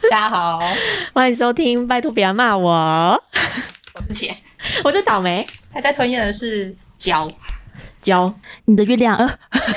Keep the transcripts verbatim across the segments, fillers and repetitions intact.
大家好， 欢迎收听，拜托不要骂我。 我是茄， 我是草莓。 他在吞咽的是胶胶，你的月亮，呃，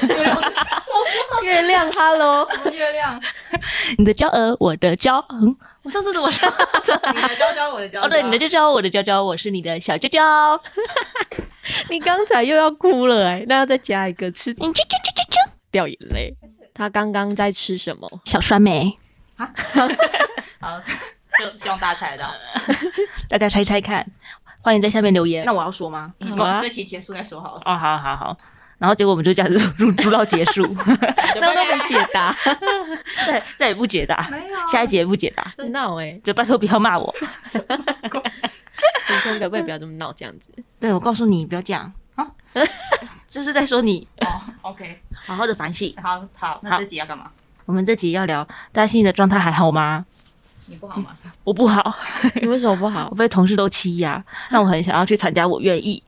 月亮 ，Hello， 什么月亮？ 你的娇儿，我的娇，嗯，我上次怎么说？ 你的娇娇，我的娇娇。 哦，对，你的娇娇，我的娇娇，我是你的小娇娇。你刚才又要哭了哎、欸，那要再加一个吃，啾啾啾啾啾，掉眼泪。他刚刚在吃什么？小酸梅。 啊，好，就希望大家猜得到， 大家猜猜看，欢迎在下面留言。那我要说吗？ 嗯， 好啊， 这期结束再说好了。 哦，好好好。然后结果我们就这样子录录到结束，那都没解答，再再也不解答， 没有， 下一集也不解答， 真闹哎，就拜托不要骂我，主持人可不可以不要这么闹这样子？对，我告诉你不要这样啊，就是在说你哦 ，OK， 好好的反省。 好好，那这集要干嘛？ 我们这集要聊大家心里的状态还好吗？ 你不好吗？ 我不好， 你为什么不好？ 我被同事都欺压，让我很想要去参加，我愿意。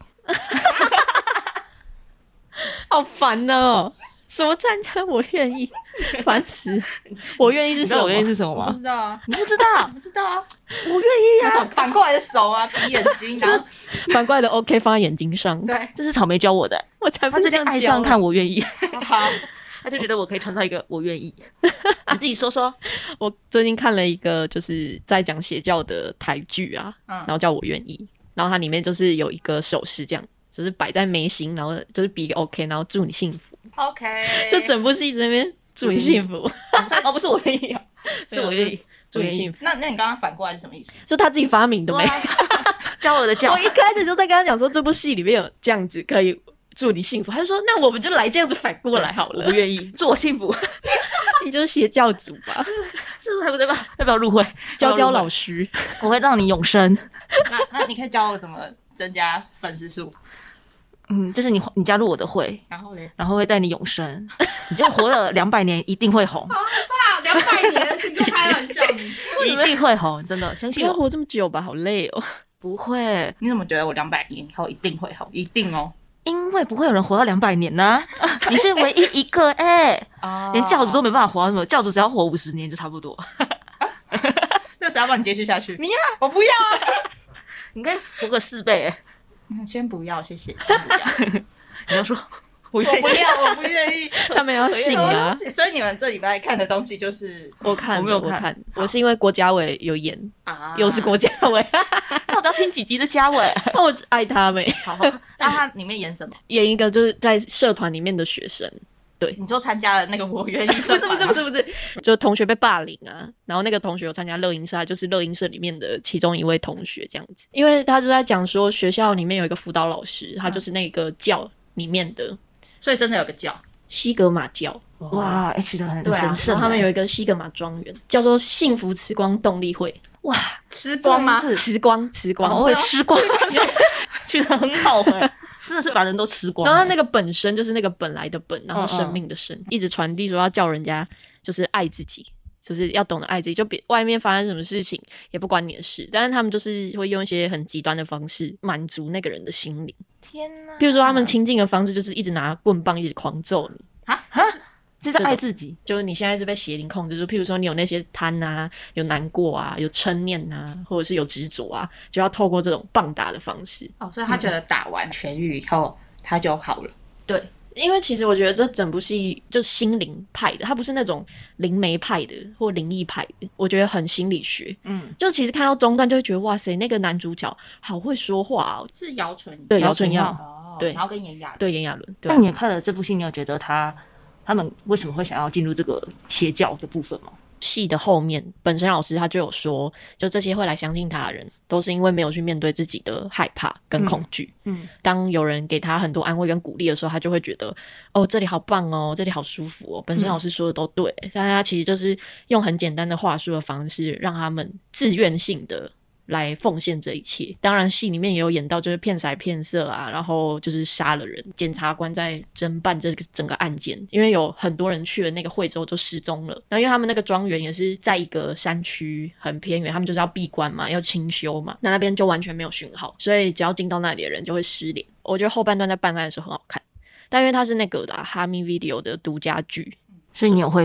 好烦哦！什么参加我愿意，烦死！我愿意是什么？ 我愿意是什么吗？ 我不知道啊， 你不知道？ 不知道啊， 我愿意啊！ 那种反过来的手啊，比眼睛，然后反过来的 OK 放在眼睛上。 对， 这是草莓教我的， 我才不他最近爱上看我愿意， 好， 他就觉得我可以创造一个我愿意。你自己说说。 我最近看了一个就是在讲邪教的台剧啊， 嗯然后叫我愿意，然后它里面就是有一个手势这样。就是摆在眉心，然后就是比一个 OK， 然后祝你幸福。 OK， 就整部戏在那边祝你幸福。 哦，不是我愿意啊，是我愿意， 祝你幸福。 那那你刚刚反过来是什么意思？ 就他自己发明的没？ 教我的教。 我一开始就在跟他讲说，这部戏里面有这样子可以祝你幸福，他就说那我们就来这样子反过来好了。 我不愿意，祝我幸福。 你就是邪教主吧？ 是不是对吧？要不要入会？ 娇娇老师， 我会让你永生。 那那你可以教我怎么增加粉丝数？ 嗯，就是你你加入我的会， 然后嘞， 然后会带你永生，你就活了两百年，一定会红。 好怕两百年，你跟开玩笑，你一定会红，真的相信我。 不要活这么久吧，好累哦。 不会， 你怎么觉得我两百年以后一定会红？一定哦， 因为不会有人活到两百年呢、啊。你是唯一一个哎、欸， 哦连教主都没办法活到什么，教主只要活五十年就差不多。 那谁要帮你接续下去？ 你呀、 我不要啊， 你应该活个四倍、欸。 嗯先不要，谢谢，先不要。 你要说，我我愿意不要，我不愿意。 他们要信啊！ 所以你们这礼拜看的东西就是我看， 我没有看我看，我是因为郭家伟有演， 啊又是郭家伟， 到底要听几集的嘉伟？ 我爱他没？ 好，那他里面演什么？ 演一个就是在社团里面的学生， 你说参加了那个我愿意不是不是不是不是，就同学被霸凌啊，然后那个同学有参加乐音社，他就是乐音社里面的其中一位同学这样子，因为他就在讲说学校里面有一个辅导老师，他就是那个教里面的所以真的有个教西格玛教。 哇，H 的很对啊， 神圣、欸。 然后他们有一个西格玛庄园，叫做幸福慈光动力会。 哇， 吃光吗？ 是慈光，慈光， 我会吃光，去的很好哎、欸，真的是把人都吃光、欸。 然后那个本身就是那个本来的本，然后生命的生，嗯嗯一直传递说要叫人家就是爱自己，就是要懂得爱自己，就别外面发生什么事情也不关你的事。但是他们就是会用一些很极端的方式满足那个人的心灵。 天哪！ 譬如说他们亲近的方式就是一直拿棍棒一直狂揍你。 啊哈，这是爱自己， 就是你现在是被邪灵控制，就譬如说你有那些贪啊，有难过啊，有嗔念啊，或者是有执着啊，就要透过这种棒打的方式。 哦，所以他觉得打完痊愈以后他就好了。 对，因为其实我觉得这整部戏就是心灵派的，它不是那种灵媒派的或灵异派的，我觉得很心理学。嗯，就其实看到中段就会觉得哇塞，那个男主角好会说话哦。 是姚纯对，姚纯耀， 哦， 对然后跟炎亚纶， 对炎亚纶。对啊那你也看了这部戏，你有觉得他他们为什么会想要进入这个邪教的部分吗？ 戏的后面，本身老师他就有说，就这些会来相信他的人，都是因为没有去面对自己的害怕跟恐惧。嗯，嗯当有人给他很多安慰跟鼓励的时候，他就会觉得，哦，这里好棒哦，这里好舒服哦。本身老师说的都对，嗯、但他其实就是用很简单的话术的方式，让他们自愿性的来奉献这一切。当然戏里面也有演到就是骗财骗色啊，然后就是杀了人，检察官在侦办这个整个案件，因为有很多人去了那个会之后就失踪了，然后因为他们那个庄园也是在一个山区很偏远，他们就是要闭关嘛，要清修嘛，那那边就完全没有讯号，所以只要进到那里的人就会失联。我觉得后半段在办案的时候很好看，但因为它是那个的、啊、哈密 Video 的独家剧， 所以你有会员？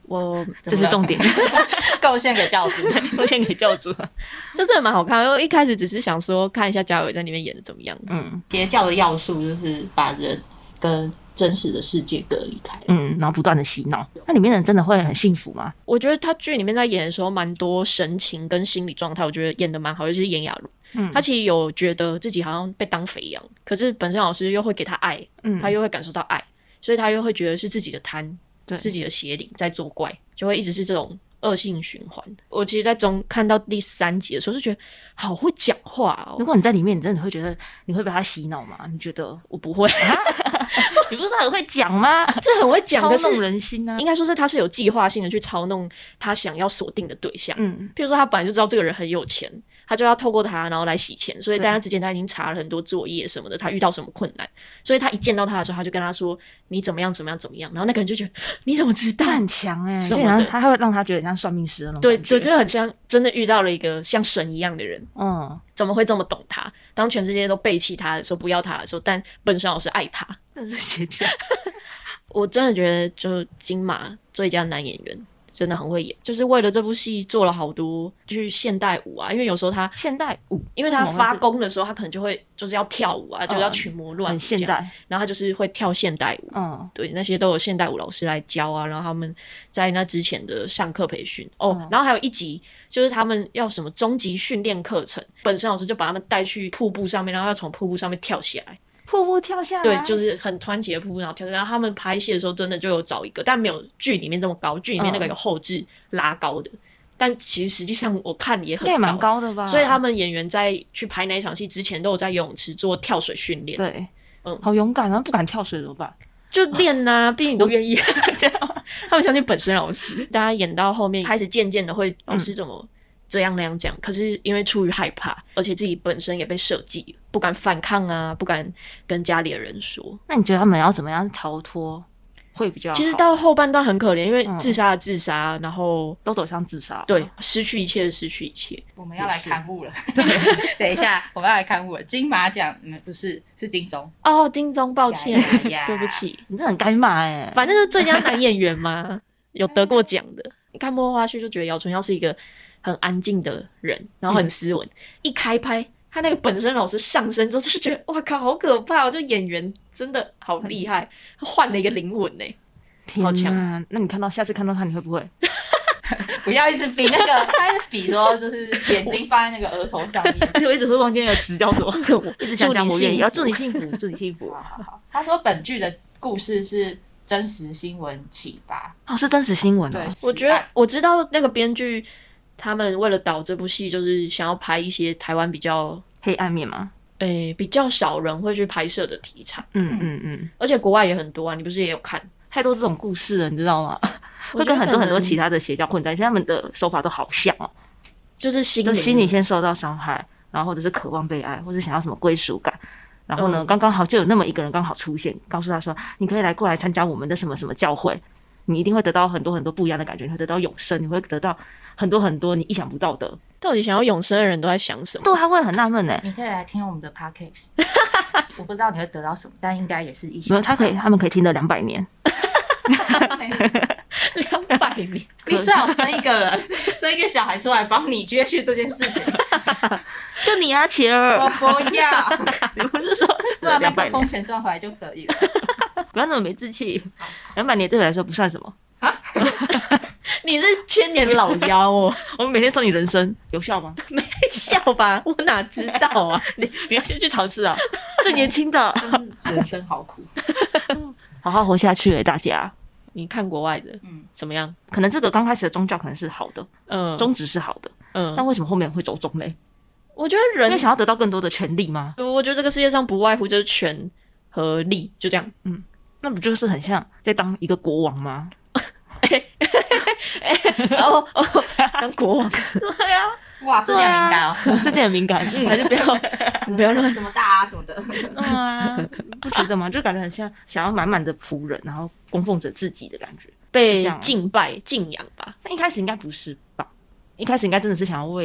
我这是重点， 贡献给教主， 贡献给教主。 这真的蛮好看的，因为我一开始只是想说看一下嘉伟在里面演的怎么样。 嗯， 邪教的要素就是把人跟真实的世界隔离开。 嗯，然后不断的洗脑，那里面人真的会很幸福吗？ 我觉得他剧里面在演的时候，蛮多神情跟心理状态，我觉得演的蛮好，尤其是炎亚纶。嗯，他其实有觉得自己好像被当肥羊，可是本身老师又会给他爱，嗯，他又会感受到爱，所以他又会觉得是自己的贪，自己的邪灵在作怪，就会一直是这种恶性循环。我其实在中看到第三集的时候，就觉得好会讲话哦。 如果你在里面，你真的会觉得你会被他洗脑吗？你觉得？ 我不会。 你不是很会讲吗？ 是很会讲， 操弄人心啊！ 应该说是他是有计划性的去操弄他想要锁定的对象。嗯，譬如说他本来就知道这个人很有钱，他就要透过他然后来洗钱，所以在他之前他已经查了很多作业什么的，他遇到什么困难，所以他一见到他的时候，他就跟他说你怎么样怎么样怎么样，然后那个人就觉得你怎么知道？ 他很强哎、欸，然他会让他觉得像算命师那种对对，就很像真的遇到了一个像神一样的人。 嗯， 怎么会这么懂他？当全世界都背弃他的时候，不要他的时候，但本身老师爱他， 那是邪教。 我真的觉得，就金马最佳男演员真的很会演，就是为了这部戏做了好多就是现代舞啊，因为有时候他现代舞， 因为他发功的时候，他可能就会就是要跳舞啊，就是要群魔乱舞， 很现代， 然后他就是会跳现代舞，嗯，对，那些都有现代舞老师来教啊，然后他们在那之前的上课培训哦、嗯，然后还有一集就是他们要什么终极训练课程，本身老师就把他们带去瀑布上面，然后要从瀑布上面跳下来。 瀑布跳下来， 对，就是很湍急的瀑布，然后跳下来。然后他们拍戏的时候，真的就有找一个，但没有剧里面这么高，剧里面那个有后置拉高的，嗯、但其实实际上我看也很高， 也蛮高的吧。 所以他们演员在去拍那一场戏之前，都有在游泳池做跳水训练。 对，嗯，好勇敢啊！不敢跳水怎么办？ 就练呐、啊，毕竟你都愿意。他们相信本身老师，大家演到后面开始渐渐的会，老师怎么？嗯这样那样讲，可是因为出于害怕，而且自己本身也被设计，不敢反抗啊，不敢跟家里的人说。 那你觉得他们要怎么样逃脱会比较好？ 其实到后半段很可怜，因为自杀的自杀、嗯，然后都走向自杀， 对，失去一切的失去一切。 我们要来刊物了，对，等一下我们要来刊物了。金马奖，嗯，不是，是金钟哦，金钟，抱歉，对不起， 你这很该骂哎、欸。 反正就是最佳男演员嘛，有得过奖的。你看幕后花絮就觉得姚纯耀是一个很安静的人，然后很斯文、嗯、一开拍他那个本身老师上身之后就觉得哇靠好可怕哦，就演员真的好厉害，他换了一个灵魂耶，好强。 那你看到下次看到他你会不会不要一直比那个他比说就是眼睛放在那个额头上面而且我一直会忘记那个词叫什么一直想讲我愿意要祝你幸福祝你幸福好好好，他说本剧的故事是真实新闻启发哦，是真实新闻、哦、 对， 我觉得我知道那个编剧他们为了导这部戏，就是想要拍一些台湾比较黑暗面吗？ 诶，比较少人会去拍摄的题材。 嗯嗯嗯， 而且国外也很多啊，你不是也有看？ 太多这种故事了，你知道吗？会跟很多很多其他的邪教混在一起，他们的手法都好像哦， 就是心就心里先受到伤害，然后或者是渴望被爱，或者想要什么归属感。然后呢，刚刚好就有那么一个人刚好出现，告诉他说：“你可以来过来参加我们的什么什么教会。”你一定会得到很多很多不一样的感觉，你会得到永生，你会得到很多很多你意想不到的。 到底想要永生的人都在想什么？ 对，他会很纳闷哎。 你可以来听我们的 podcast， 我不知道你会得到什么，但应该也是意想不到。 没有，他可以，他们可以听了两百年。 两百年， 你最好生一个人，生一个小孩出来帮你接续这件事情。 就你啊，琪儿， 我不要。 你不是说不然麦克风钱赚回来就可以了。 不要那么没志气，两百年对我来说不算什么啊！ 你是千年老妖哦！ 我们每天送你人参，有效吗？ 没效吧？我哪知道啊！ 你你要先去尝试啊！最年轻的， 人生好苦， 好好活下去哎，大家。 你看国外的，嗯，怎么样？ 可能这个刚开始的宗教可能是好的，嗯，宗旨是好的，嗯，但为什么后面会走中嘞？ 我觉得人因为想要得到更多的权利吗？ 我觉得这个世界上不外乎就是权和利，就这样，嗯。 那不就是很像在当一个国王吗？ 哦哦，当国王， 对啊， 哇，这点敏感哦， 这点很敏感， 还是不要不要乱什么大啊什么的， 嗯啊，不觉得吗？就感觉很像想要满满的仆人，然后供奉着自己的感觉， 被敬拜敬仰吧。 但一开始应该不是吧？一开始应该真的是想要为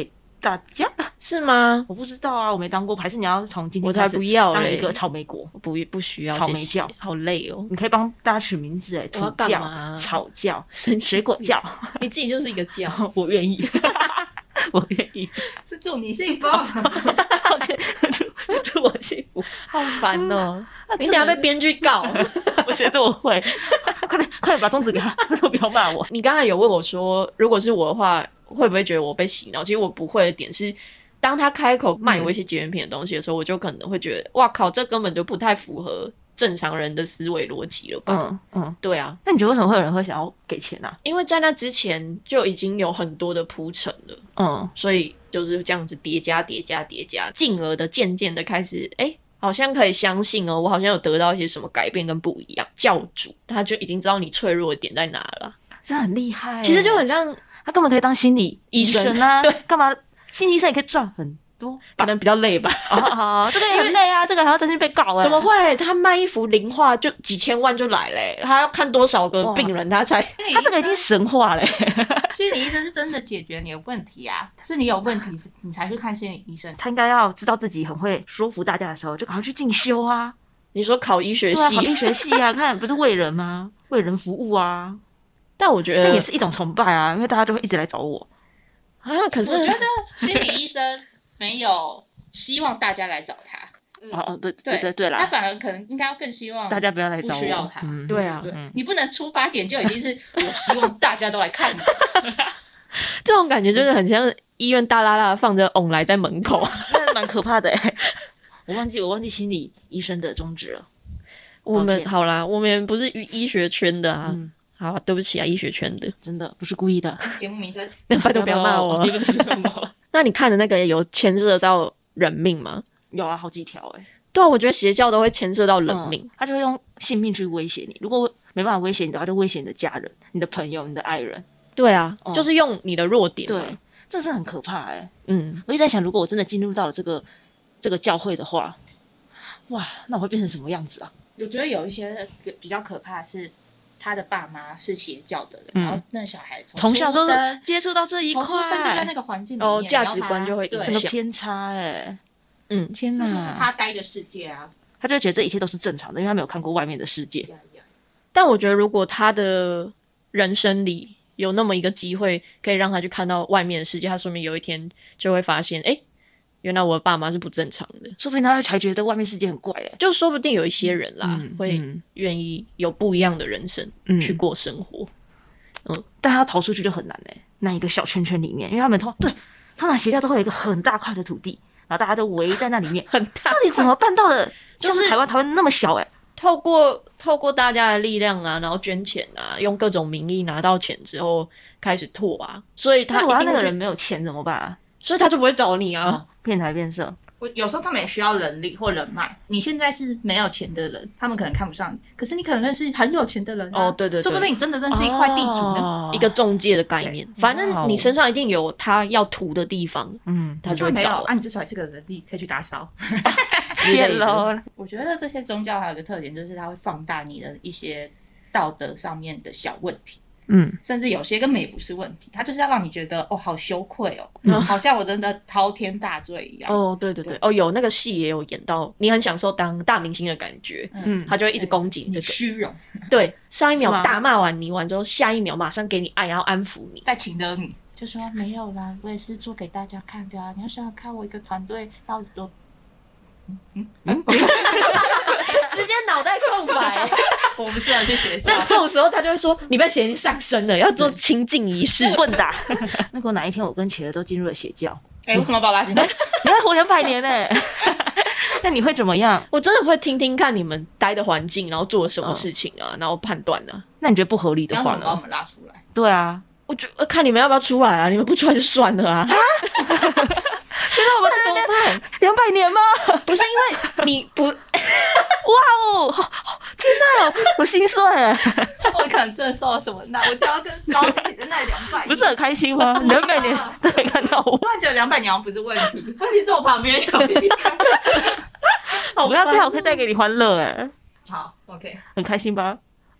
大家是吗？ 我不知道啊，我没当过，还是你要从今天我才不要嘞， 当一个草莓果， 不不需要草莓教， 好累哦。 你可以帮大家取名字哎，土教、草教、水果教， 你自己就是一个教， 我愿意。我愿意， 是祝你幸福。 抱歉，祝祝我幸福。 好烦哦！你等下被编剧告， 我觉得我会。快点，快点把宗旨给他，都不要骂我。 你刚才有问我说，如果是我的话，会不会觉得我被洗脑？其实我不会的点是，当他开口卖我一些纪录片的东西的时候，嗯、我就可能会觉得，哇靠，这根本就不太符合正常人的思维逻辑了吧？ 嗯嗯， 对啊。 那你觉得为什么会有人会想要给钱啊？ 因为在那之前就已经有很多的铺陈了，嗯，所以就是这样子叠加叠加叠加，进而的渐渐的开始，哎、欸，好像可以相信哦，我好像有得到一些什么改变跟不一样。教主他就已经知道你脆弱的点在哪了， 真的很厉害。 其实就很像他根本可以当心理医生啊，对，干嘛？心理医生也可以赚很多， 可能比较累吧。 哦哦，这个也很累啊，这个还要担心被告哎、欸。 怎么会？他卖一幅零画就几千万就来嘞、欸，他要看多少个病人他才？ 他这个已经神话嘞、欸。 心理医生是真的解决你的问题啊，是你有问题你才去看心理医生。 他应该要知道自己很会说服大家的时候，就赶快去进修啊。 你说考医学系？ 对啊，考医学系啊，看不是为人吗？为人服务啊。 但我觉得这也是一种崇拜啊，因为大家就会一直来找我啊。可是我觉得心理医生没有希望大家来找他。 嗯、哦对对对对啦， 他反而可能应该更希望大家不要来找我， 不需要他。 嗯、 对啊， 对、嗯，你不能出发点就已经是我希望大家都来看你。 这种感觉就是很像医院大拉拉放着翁来在门口， 那蛮可怕的哎、欸。我忘记我忘记心理医生的宗旨了。 我们好啦，我们不是医学圈的啊。嗯，好，对不起啊，医学圈的， 真的不是故意的。 节目名称， 拜托不要骂我。那你看的那个有牵涉到人命吗？ 有啊，好几条哎、欸。 对啊，我觉得邪教都会牵涉到人命、嗯， 他就会用性命去威胁你。如果没办法威胁你的话，就威胁你的家人、你的朋友、你的爱人。 对啊，嗯、就是用你的弱点。 对，这是很可怕哎、欸。 嗯， 我一直在想，如果我真的进入到了这个这个教会的话，哇，那我会变成什么样子啊？ 我觉得有一些比较可怕的是，他的爸妈是邪教的人，嗯、然后那小孩从小就接触到这一块， 从出生就在那个环境里面， 哦，价值观就会整个偏差哎、欸。 嗯， 天哪， 这就是他待的世界啊。 他就会觉得这一切都是正常的，因为他没有看过外面的世界。 但我觉得，如果他的人生里有那么一个机会，可以让他去看到外面的世界，他说明有一天就会发现，哎，原来我的爸妈是不正常的。 说不定他才觉得外面世界很怪哎、欸， 就说不定有一些人啦， 嗯、 会愿意有不一样的人生、嗯、去过生活。 嗯，但他要逃出去就很难哎、欸，那一个小圈圈里面，因为他们通对通常邪教都会有一个很大块的土地。然后大家都围在那里面， 很大， 到底怎么办到的？就是台湾，台湾那么小哎、欸， 透过透过大家的力量啊，然后捐钱啊，用各种名义拿到钱之后开始拓啊，所以他一定那个人没有钱怎么办啊？ 所以他就不会找你啊， 骗财骗色。 我有时候他们也需要人力或人脉。你现在是没有钱的人，他们可能看不上你，可是你可能认识很有钱的人、啊、 哦，对对对， 说不定你真的认识一块地主呢、 哦，一个中介的概念。反正你身上一定有他要图的地方，嗯，他就会找。 没有，啊，你至少还是个人力，可以去打扫。 谢喽。 我觉得这些宗教还有一个特点，就是它会放大你的一些道德上面的小问题。嗯，甚至有些根本也不是问题，他就是要让你觉得哦，好羞愧哦，嗯、好像我真的滔天大罪一样。 哦，对对 对, 对，哦，有那个戏也有演到，你很享受当大明星的感觉，嗯，他就会一直攻击这个虚荣。 对，上一秒大骂完你完之后，下一秒马上给你爱，然后安抚你， 再请得你，就说没有啦，我也是做给大家看的啊。你要想想看，我一个团队要有，嗯嗯嗯， 直接脑袋空白。 我不是要去邪教， 那这种时候他就会说：“你被邪灵上身了，要做清净仪式。” 问答。如果哪一天我跟企鹅都进入了邪教， 哎、欸，为什么把我拉进来？ 你要活两百年嘞、欸，那你会怎么样？ 我真的会听听看你们待的环境，然后做了什么事情啊，嗯、然后判断啊。 那你觉得不合理的话呢？ 把我们拉出来。 对啊， 我觉得看你们要不要出来啊，你们不出来就算了啊。 觉得我们在那边两百年吗？ 不是因为你不，哇哦，天哪，我心碎哎！ 我可能真的受了什么难，我就要跟高一起在那里两百年， 不是很开心吗？两百年都没看到我， 突然觉得两百年好像不是问题，问题是我旁边有一个。 我要最好可以带给你欢乐哎。 好 ，OK， 很开心吧？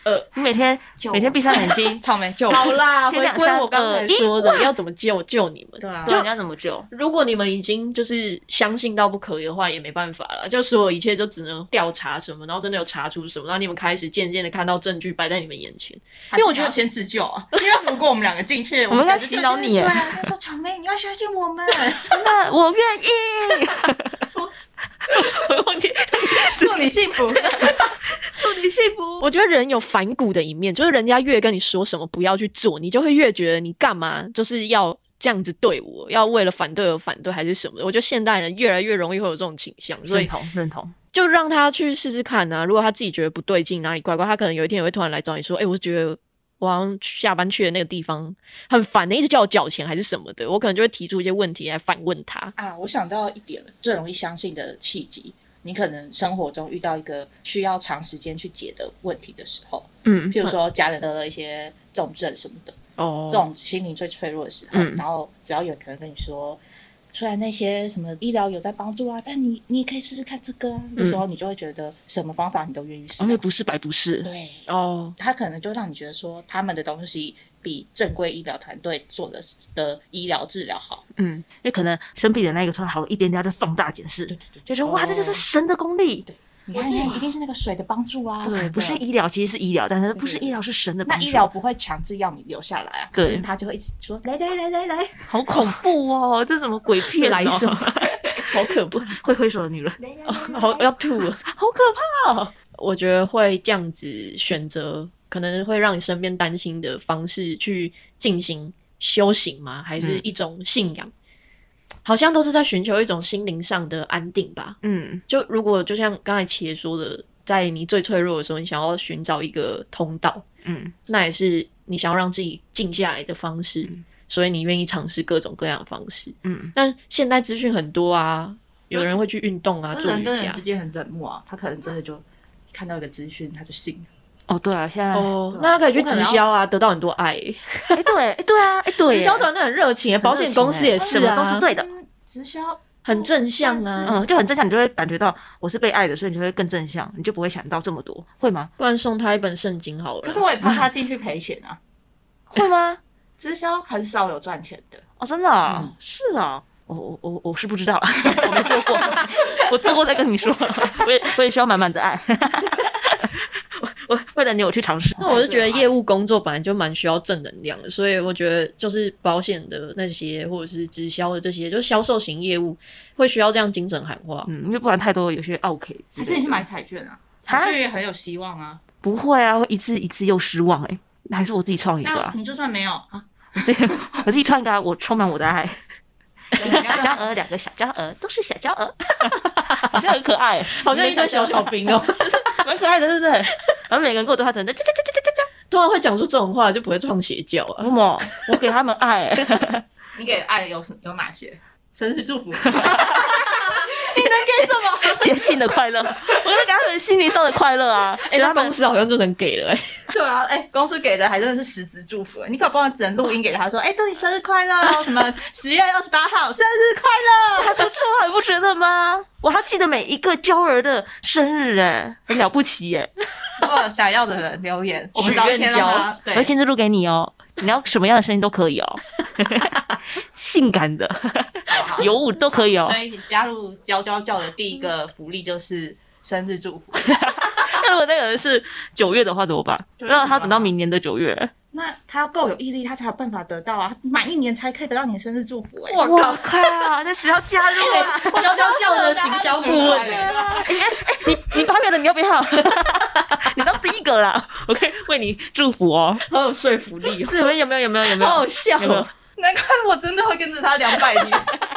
呃，你每天每天闭上眼睛， 草莓救我。 好啦，回归我刚才说的，要怎么救救你们？ 对啊， 就你要怎么救？ 如果你们已经就是相信到不可以的话，也没办法了，就所有一切就只能调查什么，然后真的有查出什么，然后你们开始渐渐的看到证据摆在你们眼前。因为我觉得先自救啊，因为如果我们两个进去， 我们应该洗脑你耶。 对啊，他说草莓，你要相信我们， 真的，我愿意。我忘记， 祝你幸福， 祝你幸福。 我觉得人有反骨的一面，就是人家越跟你说什么不要去做，你就会越觉得你干嘛就是要这样子对我，要为了反对而反对还是什么的。我觉得现代人越来越容易会有这种倾向，所以认同认同， 就让他去试试看啊。如果他自己觉得不对劲，哪里怪怪，他可能有一天也会突然来找你说：“哎、欸，我觉得我好像下班去的那个地方很烦的，一直叫我缴钱还是什么的。”我可能就会提出一些问题来反问他啊。我想到一点最容易相信的契机。你可能生活中遇到一个需要长时间去解的问题的时候，嗯，譬如说家人得了一些重症什么的，哦，这种心灵最脆弱的时候，嗯，然后只要有可能跟你说，虽然那些什么医疗有在帮助啊，但你你也可以试试看这个啊，嗯，那时候你就会觉得什么方法你都愿意试， 因为不是白不是， 对，哦，他可能就让你觉得说他们的东西比正规医疗团队做的的医疗治疗好， 嗯，因为可能生病的那个突然好了一点点，就放大检视，对对对，就说哇，这就是神的功力， 对，你看，一定是那个水的帮助啊， 对，不是医疗，其实是医疗，但是不是医疗是神的帮助， 那医疗不会强制要你留下来啊，对，他就会一直说来来来来来， 好恐怖哦，这什么鬼片来什么，好可怕， 会挥手的女人， 好要吐了， 好可怕哦， 我觉得会这样子选择。可能会让你身边担心的方式去进行修行吗？还是一种信仰？嗯，好像都是在寻求一种心灵上的安定吧。嗯，就如果就像刚才茄说的，在你最脆弱的时候，你想要寻找一个通道，嗯，那也是你想要让自己静下来的方式，嗯，所以你愿意尝试各种各样的方式。嗯，但现代资讯很多啊，有人会去运动啊，做瑜伽。 人跟人之间很冷漠啊，他可能真的就看到一个资讯，他就信了。 哦，对啊，现在哦，那他可以去直销啊，得到很多爱。 哎、欸，对，哎，对啊，哎，对， 直销团队很热情，保险公司也是啊， 什么都是对的。 直销很正向啊， 嗯，就很正向，你就会感觉到我是被爱的，所以你就会更正向，你就不会想到这么多，会吗？ 不然送他一本圣经好了。 可是我也怕他进去赔钱啊， 会吗？ 直销很少有赚钱的哦，真的啊，嗯、是啊。我我我我是不知道，我没做过，我做过再跟你说。我也我也需要满满的爱，我为了你我去尝试。 那我是觉得业务工作本来就蛮需要正能量的，所以我觉得就是保险的那些或者是直销的这些，就是销售型业务会需要这样精神喊话。 嗯，因为不然太多有些 OK。 还是你去买彩券啊？彩券也很有希望啊。 不会啊，会一次一次又失望哎、欸，还是我自己创一个啊。 你就算没有啊， 我自己我自己创一个、啊，我充满我的爱。小娇鹅，两个小娇鹅，都是小娇鹅，好像很可爱， 好像一堆小小兵哦， 蛮可爱的，对不对？然后每个人跟我对话，真的，这这这这这这， 突然会讲出这种话，就不会创邪教啊。 什么？我给他们爱、欸， 你给的爱有有哪些？生日祝福，你能给什么？ 节庆的快乐，我在给他们心灵上的快乐啊！ 哎、欸，那公司好像就能给了哎、欸。 对啊，哎、欸，公司给的还真的是实质祝福哎、欸，你可不可以只能录音给他说，哎、欸，祝你生日快乐哦，什么十月二十八号生日快乐， 还不错，还不觉得吗？我还记得每一个娇儿的生日哎、欸，很了不起哎、欸。 如果想要的人留言，我们找一天让他，对， 我会亲自录给你哦。你要什么样的声音都可以哦，性感的、有舞都可以哦。 所以加入娇娇教的第一个福利就是生日祝福。 那如果那个人是九月的话怎么办？让他等到明年的九月。 那他要够有毅力，他才有办法得到啊！满一年才可以得到你的生日祝福哎、 欸！我靠，那谁要加入啊？ 娇娇教的行销顾问哎！ 哎哎，你你八月的你要不要？你当第一个啦，我可以为你祝福哦， 好有说服力哦！ 是有没有有没有有没有有没有？ 好好笑哦！ 难怪我真的会跟着他两百年。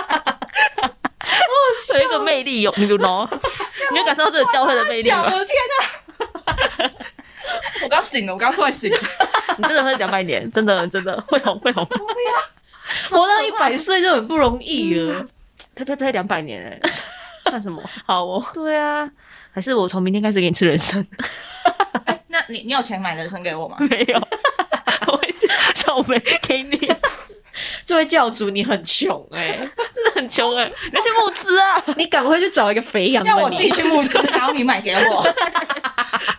有一个魅力有，你 you know？ 你有感受到这个教会的魅力吗？ 我的天哪！我刚醒了，我刚突然醒了。 你真的会两百年，真的真的会红会红。 活到一百岁就很不容易了， 呸呸呸，两百年哎、欸，算什么？ 好哦。 对啊，还是我从明天开始给你吃人参。 欸、那你你有钱买人参给我吗？ 没有，我会草莓给你。 这位教主，你很穷哎、欸， 真的很穷哎、欸，你去募资啊！ 你赶快去找一个肥羊的， 要我自己去募资，然后你买给我。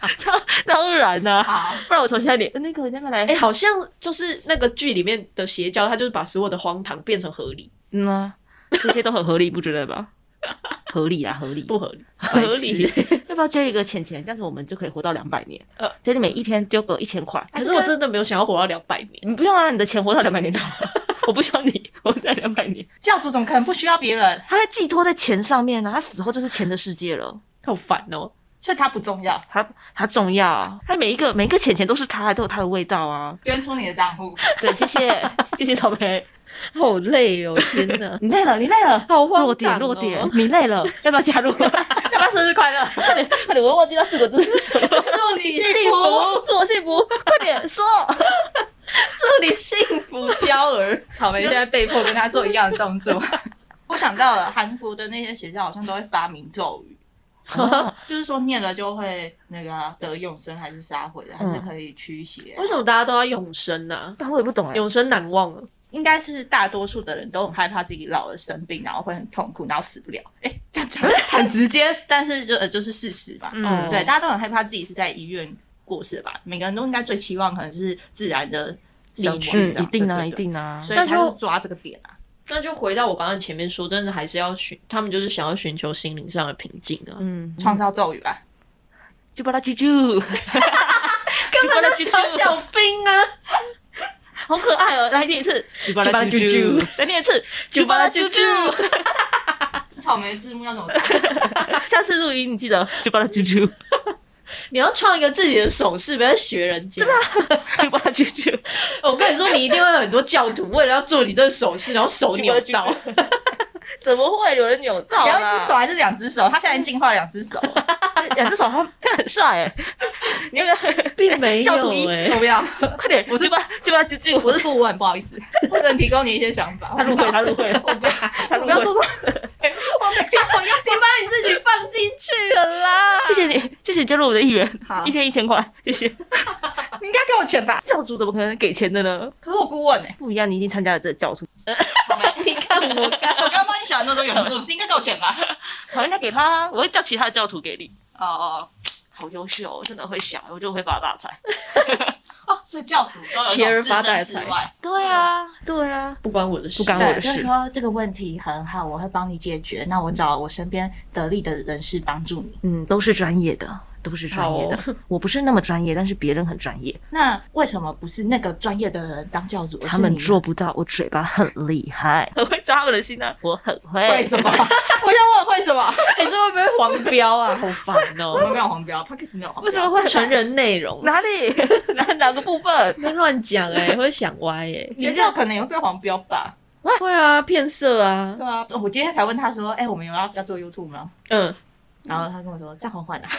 当然啦、啊，不然我从现在连那个那个来， 哎、欸，好像就是那个剧里面的邪教，他就是把所有的荒唐变成合理。 嗯啊，这些都很合理，不觉得吗？合理啊，合理， 不合理， 合理。要不要捐一个钱钱？这样子我们就可以活到两百年。呃，所以你每一天丢个一千块。 可是我真的没有想要活到两百年。 你不用啊，你的钱活到两百年就好了。我不需要你活在两百年。 教主怎么可能不需要别人？ 他在寄托在钱上面啊，他死后就是钱的世界了。 好烦哦。 所以他不重要， 他他重要，他每一个每一个钱钱都是他，都有他的味道啊。 捐出你的账户， 对，谢谢谢谢草莓， 好累哦，天哪， 你累了，你累了， 好荒唐哦， 弱点弱点，你累了，要不要加入？ 要不要生日快乐？ 快点快点，我忘记那四个字是什么， 祝你幸福， 祝我幸福，快点说， 祝你幸福娇儿。 草莓现在被迫跟他做一样的动作。我想到了，韩国的那些邪教好像都会发明咒语。哦、就是说念了就会那个得永生还是杀回的，还是可以驱邪、啊。 为什么大家都要永生呢、啊？ 但我也不懂哎、欸， 永生难忘了。 应该是大多数的人都很害怕自己老了生病，然后会很痛苦，然后死不了。哎、欸，这样讲很直接，但是就呃就是事实吧。嗯，对，大家都很害怕自己是在医院过世的吧？每个人都应该最期望可能是自然的离去的、 嗯，一定啊，一定啊。 所以他就抓这个点啊。 那就回到我刚刚前面说，真的还是要寻，他们就是想要寻求心灵上的平静啊。 嗯，创造咒语吧， 就把它记住， 根本就小小兵啊， 好可爱哦！来念一次，就把它记住，再念一次，就把它记住。 草莓字幕要怎么打？ 下次录音你记得就把它记住。 你要创一个自己的手势，不要学人家。 就把它记住。 我跟你说，你一定会有很多教徒为了要做你这个手势，然后手扭到。 怎么会有人扭到？ 然后一只手还是两只手？他现在进化两只手， 两只手他他很帅哎！你要不要？ 并没有哎， 我不要， 快点！我就把就把它记住。 我是顾问，不好意思，我只能提供你一些想法。 他入会，他入会， 我不要，他不要做错。我没有， 你把你自己放进去了啦！ 谢谢你，谢谢你加入我的一员，一天一千块，谢谢。 你应该给我钱吧？ 教主怎么可能给钱的呢？ 可是我顾问哎、欸， 不一样，你已经参加了这个教主。 你看我刚， 我刚刚帮你想那么多元素，你应该给我钱吧？ 好，应该给他，我会叫其他的教徒给你。 哦哦， 好优秀，我真的会想，我就会发大财。 哦，所以教主都有切而发大财。 对啊，对啊， 不关我的事， 不关我的事。 就是说这个问题很好，我会帮你解决。那我找我身边得力的人士帮助你。 嗯，都是专业的。都是专业的、哦，我不是那么专业，但是别人很专业。 那为什么不是那个专业的人当教主？ 他们做不到，我嘴巴很厉害，很会抓他们的心啊！我很会。 为什么？我想问为什么？ 你、欸、这会不会黄标啊？好烦哦！ 我们没有黄标 ，Podcast 没有黄标。 为什么会成人内容？ 哪里？哪哪个部分？ 别乱讲哎，会想歪哎、欸。 邪教可能也会被黄标吧？ 会啊，骗色啊。 对啊，我今天才问他说：“哎、欸，我们有要要做 YouTube 吗？”嗯。然后他跟我说：“再缓缓啊。”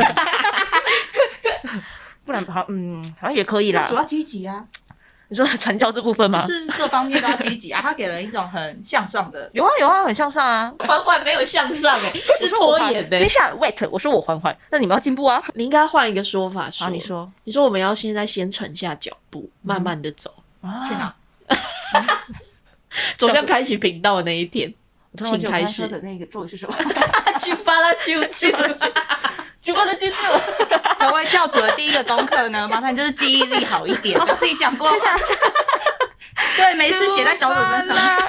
不然好，嗯，好像也可以啦。 主要积极啊！ 你说传教这部分吗？ 就是各方面都要积极啊。他给人一种很向上的， 有啊有啊，很向上啊。 缓缓没有向上哎、欸，是拖延的、欸。 等一下 ，wait， 我说我缓缓，那你们要进步啊。 你应该换一个说法说。 啊，你说， 你说我们要现在先沉下脚步，慢慢的走。 啊、 去哪？ 走向开启频道的那一天，请开始。 的那个咒语是什么？ 啾巴拉啾啾， 啾巴拉啾啾。 成为教主的第一个功课呢，麻烦就是记忆力好一点，我自己讲过。对，没事写在小本本上。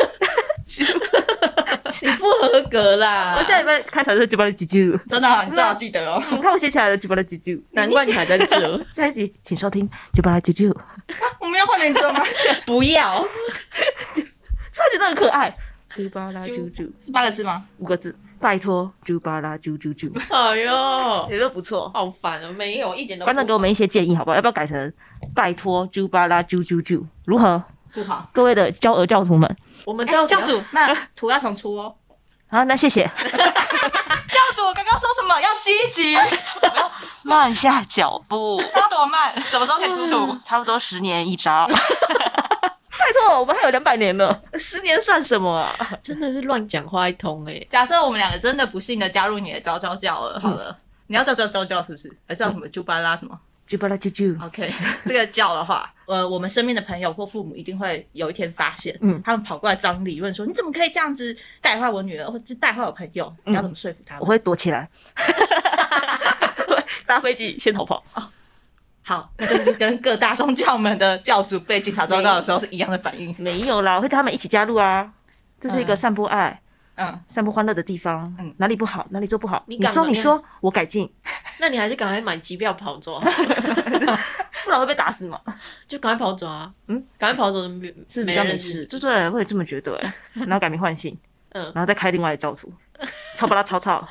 你不合格啦！ 我下礼拜开头是啾巴拉啾啾， 真的、啊，你最好记得哦。 你看我写起来了，啾巴拉啾啾， 难怪你还在这。 下一集请收听啾巴拉啾啾。 我们要换名字了吗？ 不要， 超级的很可爱。啾巴拉啾啾是八个字吗？ 五个字。拜托，啾巴拉啾啾啾。 哎呦， 也都不错， 好烦哦！没有一点都不。 观众给我们一些建议，好不好？要不要改成拜托啾巴拉啾啾啾？如何？ 不好。 各位的教儿教徒们， 我们教教主，那图要重出哦。 好，那谢谢。 教主，我刚刚说什么？要积极， 慢下脚步。 要多慢？什么时候可以出图？ 差不多十年一张。拜托，我们还有两百年了，十年算什么啊？ 真的是乱讲话一通哎、欸！ 假设我们两个真的不幸的加入你的招招教了，好了，嗯、你要叫招招教是不是？还是要什么啾巴拉什么？ 啾巴拉啾啾。 OK， 这个教的话，呃，我们身边的朋友或父母一定会有一天发现，嗯，他们跑过来找你理论说，你怎么可以这样子带坏我女儿，或者带坏我朋友？你要怎么说服他们？ 我会躲起来。 搭飞机先逃跑。 哦，好，那就是跟各大宗教们的教主被警察抓到的时候是一样的反应。 没有啦，我会带他们一起加入啊。这是一个散播爱、 嗯，散播欢乐的地方。嗯，哪里不好，哪里做不好，你说你说，我改进。 那你还是赶快买机票跑走好了， 不然会被打死嘛。 就赶快跑走啊！嗯，赶快跑走是比较没事，对对，会这么觉得。然后改名换姓，嗯，然后再开另外的教徒，超把他吵吵。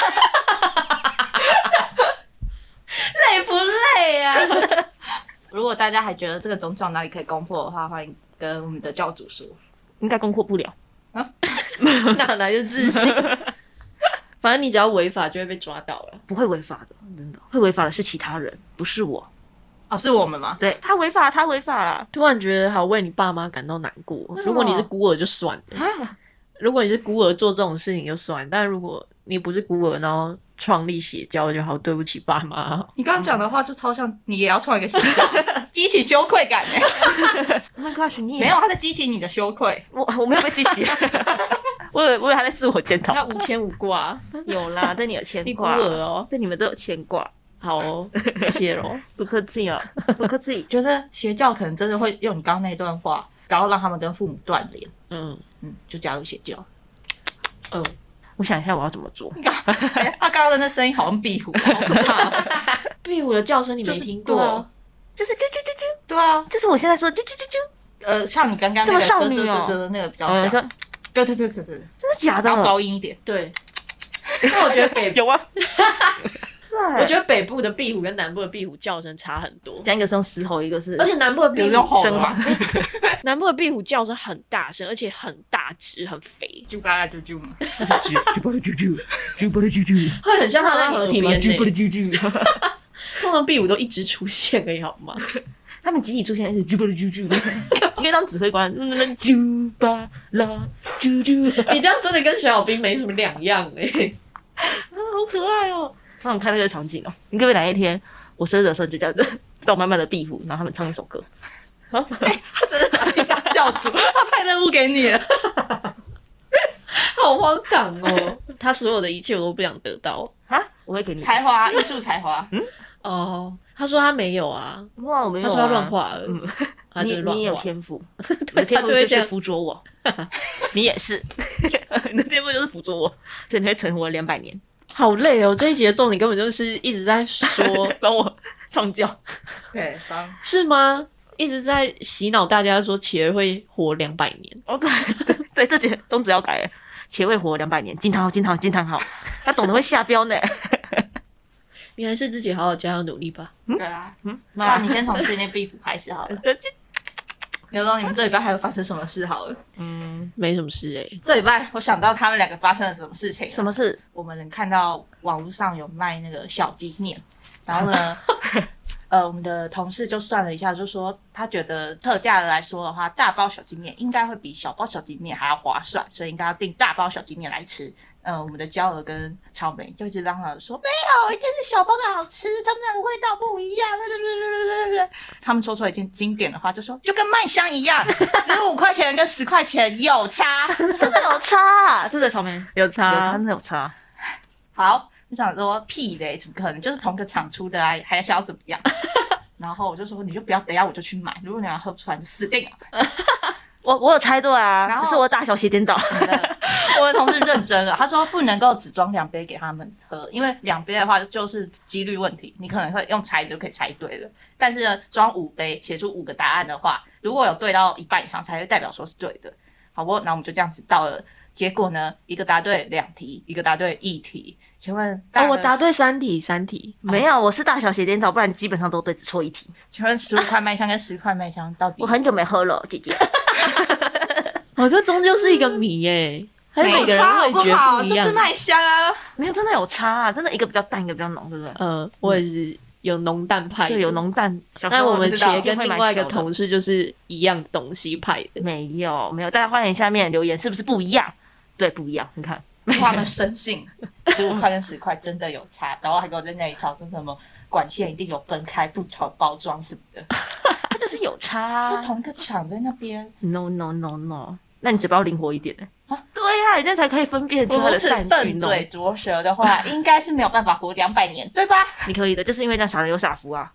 累不累啊？ 如果大家还觉得这个宗教哪里可以攻破的话，欢迎跟我们的教主说。 应该攻破不了。 啊、哪来的自信？反正你只要违法就会被抓到了。 不会违法的，真的会违法的是其他人，不是我。 哦，是我们吗？ 对，他违法，他违法了。 突然觉得好为你爸妈感到难过。如果你是孤儿就算了，如果你是孤儿做这种事情就算，但如果你不是孤儿，然后创立邪教，就好对不起爸妈。 你刚刚讲的话就超像你也要创一个邪教，激起羞愧感哎。 Oh my gosh， 你没有，他在激起你的羞愧。 我我没有被激起，我以为我以为他在自我检讨。 他无牵无挂， 有啦，对你有牵挂。 你孤儿哦， 对你们都有牵挂。 好哦，谢喽， 不客气啊，不客气。 觉得邪教可能真的会用你刚刚那段话，然后让他们跟父母断联。嗯嗯，就加入邪教。 嗯。我想一下我要怎么做。 欸、他刚刚的那声音好像壁虎，好可怕。 壁虎的叫声你没听过？ 就是啾啾啾啾。 对啊， 就是我现在说啾啾啾啾。 呃，像你刚刚那个少女哦的那个比较像。对对对对对，真的假的？ 要高音一点。 对。那我觉得北有啊。 我觉得北部的壁虎跟南部的壁虎叫声差很多， 一个是用嘶吼，一个是， 而且南部的壁虎用吼的， 南部的壁虎叫声很大声，而且很大只，很肥， 啾巴啦啾啾嘛， 啾巴啦啾啾，啾巴啦啾啾， 会很像他在河边啾巴啦啾啾。 通常壁虎都一直出现而已，好吗？ 他们集体出现是啾巴啦啾啾，你可以当指挥官，啾巴啦啾啾。 你这样真的跟小小兵没什么两样哎、欸， 啊，好可爱哦。让我们看那个场景哦，你可不可以哪一天我生日的时候就这样子到慢慢的壁虎，然后他们唱一首歌。 啊欸、他真的拿去当教主，他派任务给你了， 好荒唐哦！他所有的一切我都不想得到啊！我会给你才华，艺术才华。 嗯，哦，他说他没有啊， 哇，我没有、啊， 他说他乱画了，嗯，他就是乱画。 你也有天赋，你的天赋就是捕捉我，你也是，你的天赋就是捕捉我，所以你会存活两百年。 好累哦！这一集的重点根本就是一直在说帮我创教， 对，帮是吗？一直在洗脑大家说企鹅会活两百年。 哦，对对对，这节宗旨要改，企鹅会活两百年，惊叹号惊叹号惊叹号，他懂得会下标呢。 你还是自己好好加油努力吧。 嗯、对啊，嗯，那你先从训练壁虎开始好了。刘总，你们这礼拜还有发生什么事好了？ 嗯，没什么事哎、欸。 这礼拜我想到他们两个发生了什么事情、啊？ 什么事？ 我们看到网络上有卖那个小鸡面，然后呢，呃，我们的同事就算了一下，就说他觉得特价的来说的话，大包小鸡面应该会比小包小鸡面还要划算，所以应该要订大包小鸡面来吃。呃，我们的娇儿跟草莓就一直嚷嚷说没有，一定是小包的好吃，他们两个味道不一样。他们说出了一件经典的话，就说就跟麦香一样，十五块钱跟十块钱有差， 真的有差，真的草莓有差， 有差，真的有差。 好，我想说屁嘞，怎么可能？就是同个厂出的啊，还想要怎么样？然后我就说你就不要，等一下我就去买，如果你要喝不出来就死定了。 我我有猜对啊，只是我大小写颠倒。 我的同事认真了，他说不能够只装两杯给他们喝，因为两杯的话就是几率问题，你可能会用猜的就可以猜对了。但是呢，装五杯写出五个答案的话，如果有对到一半以上，才会代表说是对的。好不，那我们就这样子到了。结果呢，一个答对两题，一个答对一题。请问， 哦，我答对三题，三题、 哦、没有，我是大小写颠倒，不然基本上都对，只错一题。 请问十五块麦香跟十块麦香到底？ 我很久没喝了，姐姐。 哦，这终究是一个谜耶，还是每个人味觉不一样？ 就是麦香啊， 没有真的有差啊，真的一个比较淡，一个比较浓，对不对？ 呃，我也是有浓淡派的， 对，有浓淡。 但我们茄跟另外一个同事就是一样东西派的， 没有没有，大家欢迎下面留言，是不是不一样？对，不一样。你看， 他们深信十五块跟十块真的有差，然后还给我在那里吵说什么管线一定有分开不同包装什么的， 它就是有差， 就同一个厂在那边。 No no no no， 那你嘴巴要灵活一点呢、欸。啊，对呀、啊，你这样才可以分辨出它的善举。 笨嘴拙舌的话，应该是没有办法活两百年，对吧？ 你可以的，就是因为这样傻人有傻福啊。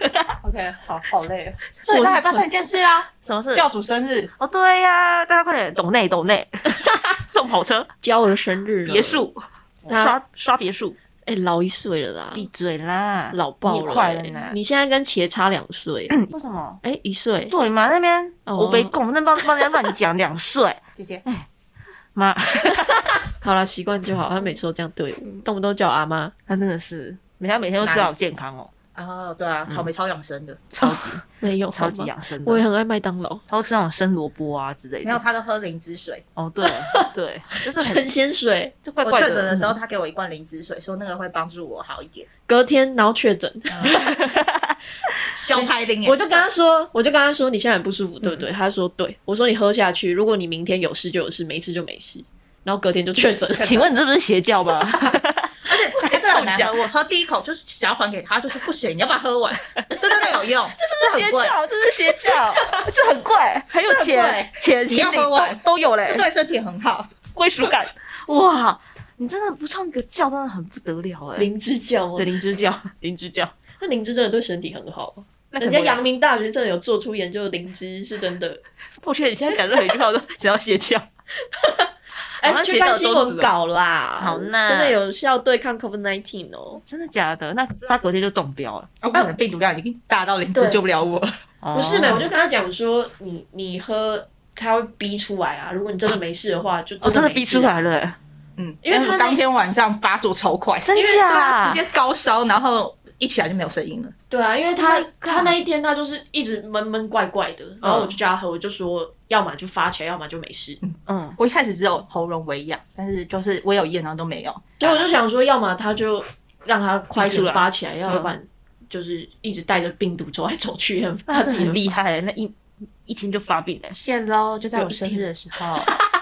OK， 好好累哦。这礼拜还发生一件事啊， 什么事？ 教主生日哦，对呀、啊，大家快点抖内抖内，送跑车， 娇儿生日， 别墅，刷刷别墅。 哎、欸，老一岁了啦！ 闭嘴啦， 老爆了、欸！ 快了呢！ 你现在跟茄差两岁， 为什么？ 哎、欸，一岁。 对嘛？那边我被拱，那帮帮人家乱讲两岁。 姐姐， 哎，妈， 好了，习惯就好。他每次都这样对我，动不动叫我阿妈。 他真的是，每天每天都吃好健康哦。 哦，对啊，草莓超养生的， 嗯、超级没有， 超级养生的。 我也很爱麦当劳， 他会吃那种生萝卜啊之类的。 没有，他都喝灵芝水。 哦，对对，就是神仙水。 就怪怪的。 我确诊的时候，他给我一罐灵芝水，说那个会帮助我好一点。 隔天，然后确诊。 小拍灵， 我就跟他说，我就跟他说，你现在很不舒服，对不对？嗯、他说对。我说你喝下去，如果你明天有事就有事，没事就没事。然后隔天就确诊。 请问你这不是邪教吧？ 而且这很难喝，我喝第一口就是想要还给他，就是不行，你要把它喝完，这真的有用， 这是邪教，这是邪教，这很贵，很有钱，钱你要喝完都有嘞， 这对身体很好， 归属感，哇，你真的不创个教真的很不得了哎， 灵芝教， 对，灵芝教，灵芝教， 那灵芝真的对身体很好，人家阳明大学真的有做出研究，灵芝是真的。 我觉得你现在讲任何一句话都想要邪教。 哎、欸，去看新闻稿啦！ 好那真的有效对抗 COVID 十九 哦， 真的假的？那他隔天就中标了。 我可能病毒量已经大到灵芝救不了我。 不是没，我就跟他讲说，你你喝，他会逼出来啊。如果你真的没事的话，就真的、啊哦、真的逼出来了。 嗯，因为他当天晚上发作超快， 真假？ 直接高烧，然后一起来就没有声音了。 对啊，因为他、oh、他那一天他就是一直闷闷怪怪的，然后我就叫他喝，我就说要么就发起来，要么就没事。 嗯嗯，我一开始只有喉咙微痒，但是就是我有验，然后都没有。 所以我就想说，要么他就让他快点发起来，要不然就是一直带着病毒走来走去， 他自己很厉害，那一一天就发病了。 谢喽，就在我生日的时候。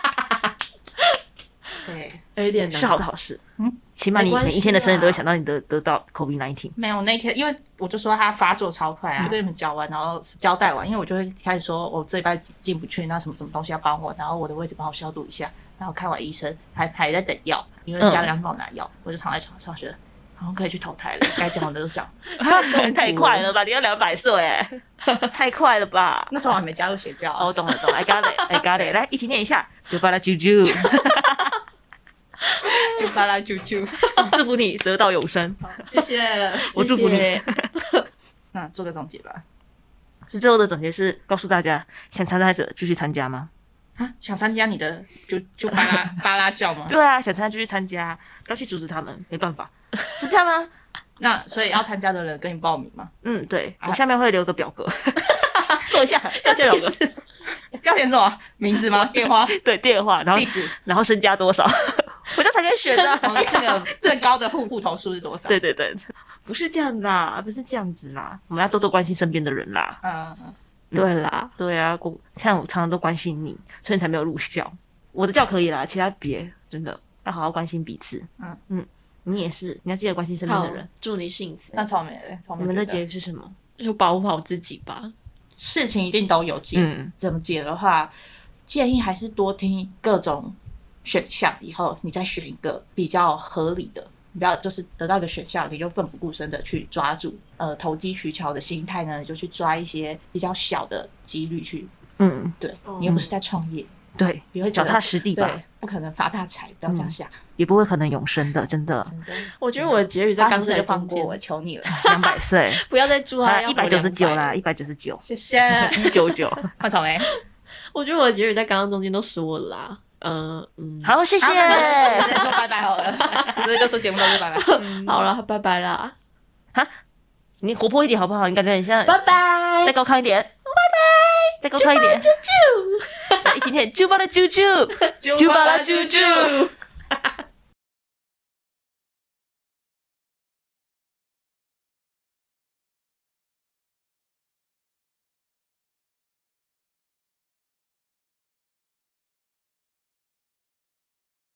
对， 有一点难， 是好的好事。嗯，起码你每一天的生日都会想到你得得到 COVID 十九。 没有那天，因为我就说他发作超快啊，就跟你们讲完，然后交代完，因为我就会开始说，我这一拜进不去，那什么什么东西要帮我，然后我的位置帮我消毒一下，然后看完医生还还在等药，因为家里要帮我拿药，嗯、我就躺在床上觉得好像可以去投胎了，该讲的都讲。 太快了吧！你要两百岁哎，太快了吧！ 那时候我还没加入邪教。 哦，懂了懂了 ，I got it，I got it， 来一起念一下，就巴拉啾啾。 就巴拉啾啾， 祝福你得到永生。 谢谢， 我祝福你。 那做个总结吧。 是最后的总结是告诉大家，想参加者继续参加吗？ 啊，想参加你的就就巴拉巴拉教吗？ 对啊，想参加继续参加，不要去阻止他们，没办法，是这样吗？ 那所以要参加的人跟你报名吗？ 嗯，对，我下面会留个表格，做一下，做一下表格。 要填什么？名字吗？电话？ 对，电话，然后地址， 然后身家多少，我这才可以选啊。 那个最高的户户头数是多少？ 对对对，不是这样啦，不是这样子啦，我们要多多关心身边的人啦。 嗯嗯， 对啦， 对啊，我像我常常都关心你，所以你才没有入教。我的教可以啦，其他别，真的要好好关心彼此。嗯嗯，你也是，你要记得关心身边的人。 祝你幸福。 那草莓嘞？草莓你们的结语是什么？ 就保护好自己吧。 事情一定都有解，嗯、怎么解的话，建议还是多听各种选项，以后你再选一个比较合理的，你不要就是得到一个选项你就奋不顾身的去抓住，呃，投机取巧的心态呢，你就去抓一些比较小的几率去，嗯，对、嗯、你又不是在创业， 对， 你会脚踏实地吧， 对，不可能发大财，不要这样想、嗯， 也不会可能永生的，真的。 真的我觉得我的结语在刚才就放过我，求你了， 两百岁， 不要再祝他一百九十九啦，一百九十九， 谢谢， 一九九， 换草莓。 我觉得我的结语在刚刚中间都说了啦，嗯嗯， 好，谢谢，直接说拜拜好了，直接就说节目到这拜拜， 嗯、好了，拜拜啦， 哈，你活泼一点好不好？你感觉很像， 拜拜， 再高亢一点，拜拜， 再高亢一点， 啾啾， 一起念，啾巴拉啾啾， 啾巴拉啾啾。